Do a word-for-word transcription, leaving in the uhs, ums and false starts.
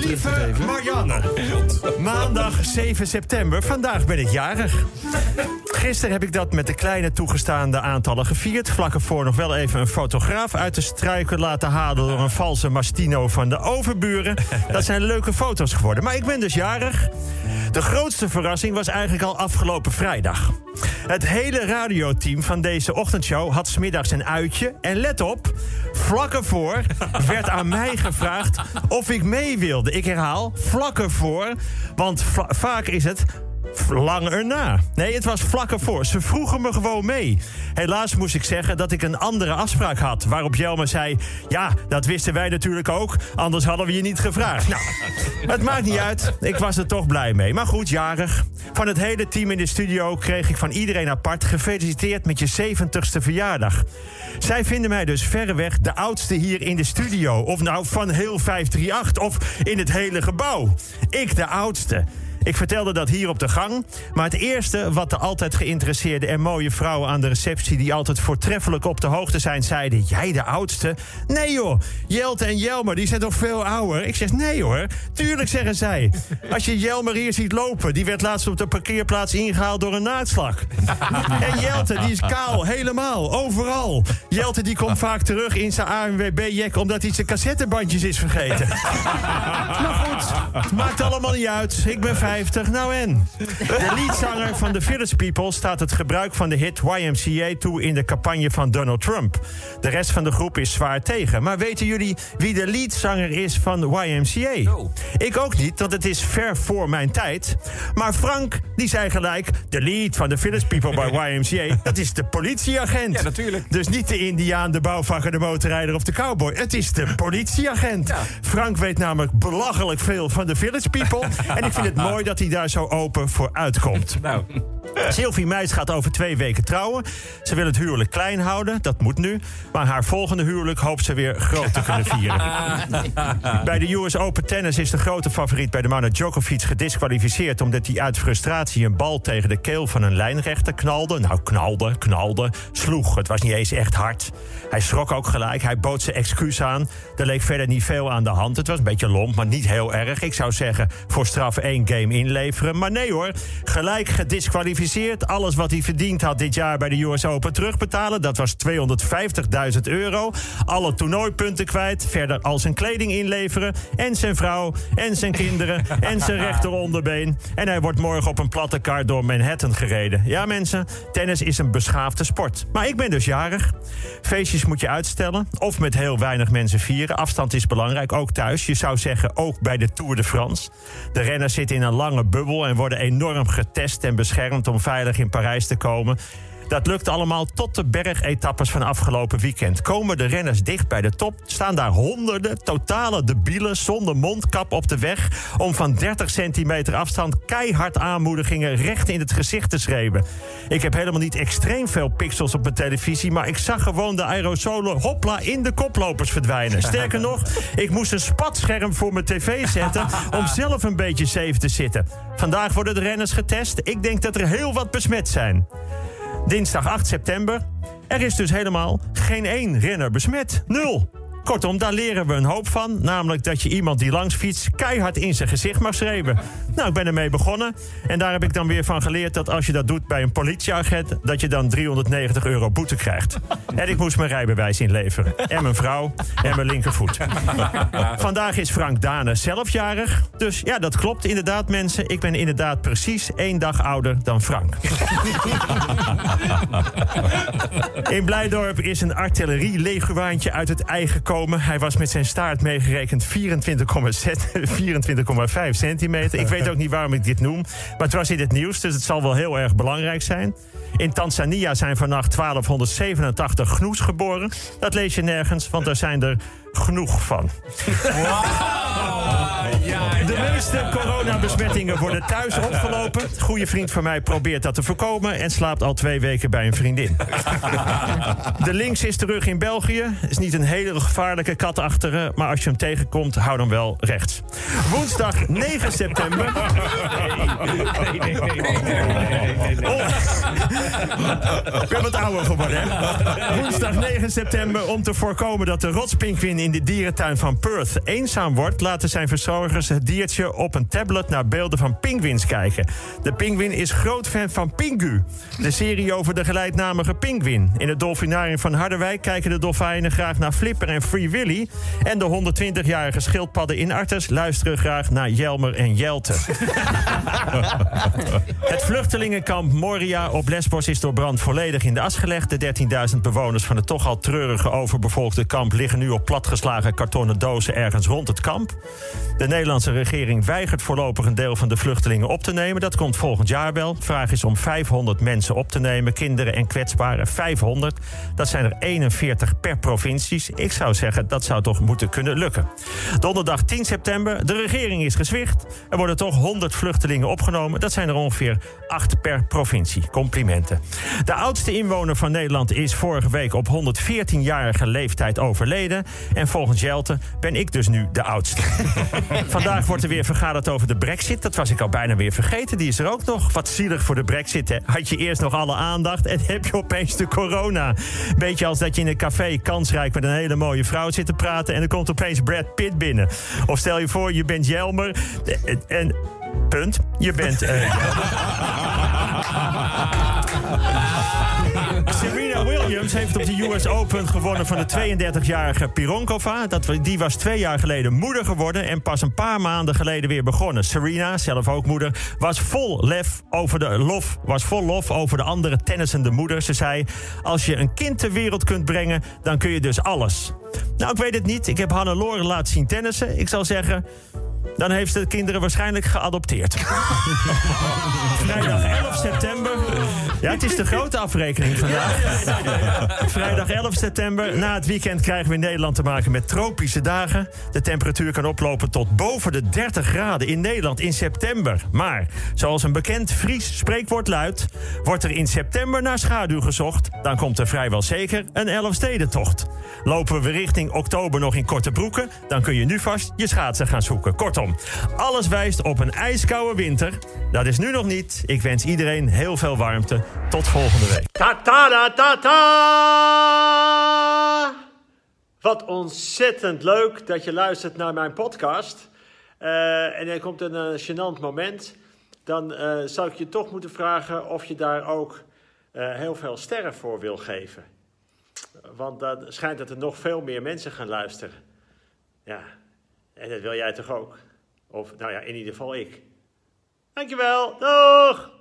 Lieve Marianne, maandag zeven september, vandaag ben ik jarig. Gisteren heb ik dat met de kleine toegestaande aantallen gevierd. Vlak ervoor nog wel even een fotograaf uit de struiken laten halen door een valse mastino van de overburen. Dat zijn leuke foto's geworden, maar ik ben dus jarig. De grootste verrassing was eigenlijk al afgelopen vrijdag. Het hele radioteam van deze ochtendshow had 's middags een uitje. En let op, vlak ervoor werd aan mij gevraagd of ik mee wilde. Ik herhaal, vlak ervoor, want va- vaak is het lang erna. Nee, het was vlak ervoor. Ze vroegen me gewoon mee. Helaas moest ik zeggen dat ik een andere afspraak had. Waarop Jelmer zei, ja, dat wisten wij natuurlijk ook. Anders hadden we je niet gevraagd. Nou, het maakt niet uit. Ik was er toch blij mee. Maar goed, jarig. Van het hele team in de studio kreeg ik van iedereen apart gefeliciteerd met je zeventigste verjaardag. Zij vinden mij dus verreweg de oudste hier in de studio. Of nou van heel vijf drie acht of in het hele gebouw. Ik de oudste. Ik vertelde dat hier op de gang. Maar het eerste wat de altijd geïnteresseerde en mooie vrouwen aan de receptie, die altijd voortreffelijk op de hoogte zijn, zeiden: jij de oudste? Nee joh, Jelte en Jelmer, die zijn toch veel ouder? Ik zeg: nee hoor, tuurlijk, zeggen zij. Als je Jelmer hier ziet lopen, die werd laatst op de parkeerplaats ingehaald door een naadslag. En Jelte, die is kaal, helemaal, overal. Jelte die komt vaak terug in zijn A N W B-jack omdat hij zijn cassettebandjes is vergeten. Maar goed, het maakt allemaal niet uit. Ik ben vijftig. Nou en? De leadzanger van The Village People staat het gebruik van de hit Y M C A toe in de campagne van Donald Trump. De rest van de groep is zwaar tegen. Maar weten jullie wie de leadzanger is van Y M C A? No. Ik ook niet, want het is ver voor mijn tijd. Maar Frank, die zei gelijk: de lead van The Village People bij Y M C A, dat is de politieagent. Ja, natuurlijk. Dus niet de Indiaan, de bouwvakker, de motorrijder of de cowboy. Het is de politieagent. Ja. Frank weet namelijk belachelijk veel van The Village People. En ik vind het mooi dat hij daar zo open voor uitkomt. Nou. Sylvie Meijs gaat over twee weken trouwen. Ze wil het huwelijk klein houden, dat moet nu. Maar haar volgende huwelijk hoopt ze weer groot te kunnen vieren. Bij de U S Open Tennis is de grote favoriet bij de mannen Djokovic gediskwalificeerd omdat hij uit frustratie een bal tegen de keel van een lijnrechter knalde. Nou, knalde, knalde, sloeg. Het was niet eens echt hard. Hij schrok ook gelijk, hij bood zijn excuus aan. Er leek verder niet veel aan de hand. Het was een beetje lomp, maar niet heel erg. Ik zou zeggen, voor straf één game inleveren. Maar nee hoor, gelijk gediskwalificeerd. Alles wat hij verdiend had dit jaar bij de U S Open terugbetalen. Dat was tweehonderdvijftigduizend euro. Alle toernooipunten kwijt. Verder al zijn kleding inleveren. En zijn vrouw. En zijn kinderen. En zijn rechteronderbeen. En hij wordt morgen op een platte kar door Manhattan gereden. Ja mensen, tennis is een beschaafde sport. Maar ik ben dus jarig. Feestjes moet je uitstellen. Of met heel weinig mensen vieren. Afstand is belangrijk, ook thuis. Je zou zeggen ook bij de Tour de France. De renners zitten in een lange bubbel en worden enorm getest en beschermd om veilig in Parijs te komen. Dat lukt allemaal tot de bergetappes van afgelopen weekend. Komen de renners dicht bij de top, staan daar honderden totale debielen zonder mondkap op de weg om van dertig centimeter afstand keihard aanmoedigingen recht in het gezicht te schreeuwen. Ik heb helemaal niet extreem veel pixels op mijn televisie, maar ik zag gewoon de aerosolen hopla in de koplopers verdwijnen. Sterker nog, ik moest een spatscherm voor mijn tv zetten om zelf een beetje safe te zitten. Vandaag worden de renners getest. Ik denk dat er heel wat besmet zijn. Dinsdag acht september. Er is dus helemaal geen één renner besmet. Nul. Kortom, daar leren we een hoop van. Namelijk dat je iemand die langs fietst keihard in zijn gezicht mag schreeuwen. Nou, ik ben ermee begonnen. En daar heb ik dan weer van geleerd dat als je dat doet bij een politieagent, dat je dan driehonderdnegentig euro boete krijgt. En ik moest mijn rijbewijs inleveren. En mijn vrouw en mijn linkervoet. Vandaag is Frank Dane zelf jarig. Dus ja, dat klopt inderdaad, mensen. Ik ben inderdaad precies één dag ouder dan Frank. In Blijdorp is een artillerie-leguaantje uit het ei gekomen. Hij was met zijn staart meegerekend vierentwintig komma vijf centimeter. Ik weet ook niet waarom ik dit noem, maar het was in het nieuws, dus het zal wel heel erg belangrijk zijn. In Tanzania zijn vannacht twaalfhonderdzevenentachtig gnoes geboren. Dat lees je nergens, want er zijn er genoeg van. Wow. De meeste meeste coronabesmettingen worden thuis opgelopen. Een goede vriend van mij probeert dat te voorkomen en slaapt al twee weken bij een vriendin. De links is terug in België. Is niet een hele gevaarlijke katachtige, maar als je hem tegenkomt, hou dan wel rechts. Woensdag negen september. Nee, nee, nee, nee, nee, nee, nee. Oh. Ik ben wat ouder geworden, hè? Woensdag negen september. Om te voorkomen dat de rotspinguïn in de dierentuin van Perth eenzaam wordt, laten zijn verzorgers het diertje op een tablet naar beelden van pinguïns kijken. De pinguïn is groot fan van Pingu, de serie over de gelijknamige pinguïn. In het dolfinarium van Harderwijk kijken de dolfijnen graag naar Flipper en Free Willy. En de honderdtwintigjarige schildpadden in Artes luisteren graag naar Jelmer en Jelte. Het vluchtelingenkamp Moria op Lesbos is door brand volledig in de as gelegd. De dertienduizend bewoners van het toch al treurige overbevolkte kamp liggen nu op platgeslagen kartonnen dozen ergens rond het kamp. De Nederlandse regering weigert voorlopig een deel van de vluchtelingen op te nemen. Dat komt volgend jaar wel. De vraag is om vijfhonderd mensen op te nemen. Kinderen en kwetsbaren. vijfhonderd. Dat zijn er eenenveertig per provincies. Ik zou zeggen, dat zou toch moeten kunnen lukken. Donderdag tien september. De regering is gezwicht. Er worden toch honderd vluchtelingen opgenomen. Dat zijn er ongeveer acht per provincie. Complimenten. De oudste inwoner van Nederland is vorige week op honderdveertienjarige leeftijd overleden. En volgens Jelte ben ik dus nu de oudste. Vandaag wordt er weer vergaderd over de brexit. Dat was ik al bijna weer vergeten. Die is er ook nog. Wat zielig voor de brexit, hè? Had je eerst nog alle aandacht en heb je opeens de corona. Beetje als dat je in een café kansrijk met een hele mooie vrouw zit te praten en er komt opeens Brad Pitt binnen. Of stel je voor, je bent Jelmer en... Punt. Je bent... Uh, Serena Williams heeft op de U S Open gewonnen van de tweeëndertigjarige Pironkova. Dat, die was twee jaar geleden moeder geworden en pas een paar maanden geleden weer begonnen. Serena, zelf ook moeder, was vol lef over de lof, was vol lof over de andere tennissende moeder. Ze zei, als je een kind ter wereld kunt brengen, dan kun je dus alles. Nou, ik weet het niet. Ik heb Hannelore laten zien tennissen. Ik zal zeggen... Dan heeft ze de kinderen waarschijnlijk geadopteerd. Vrijdag elf september. Ja, het is de grote afrekening vandaag. Vrijdag elf september. Na het weekend krijgen we in Nederland te maken met tropische dagen. De temperatuur kan oplopen tot boven de dertig graden in Nederland in september. Maar, zoals een bekend Fries spreekwoord luidt, wordt er in september naar schaduw gezocht, dan komt er vrijwel zeker een Elfstedentocht. Lopen we richting oktober nog in korte broeken, dan kun je nu vast je schaatsen gaan zoeken. Kortom, alles wijst op een ijskoude winter. Dat is nu nog niet. Ik wens iedereen heel veel warmte. Tot volgende week. Ta ta ta ta ta! Wat ontzettend leuk dat je luistert naar mijn podcast. Uh, en er komt een uh, gênant moment. Dan uh, zou ik je toch moeten vragen of je daar ook uh, heel veel sterren voor wil geven. Want dan schijnt dat er nog veel meer mensen gaan luisteren. Ja, en dat wil jij toch ook? Of, nou ja, in ieder geval ik. Dankjewel, doeg!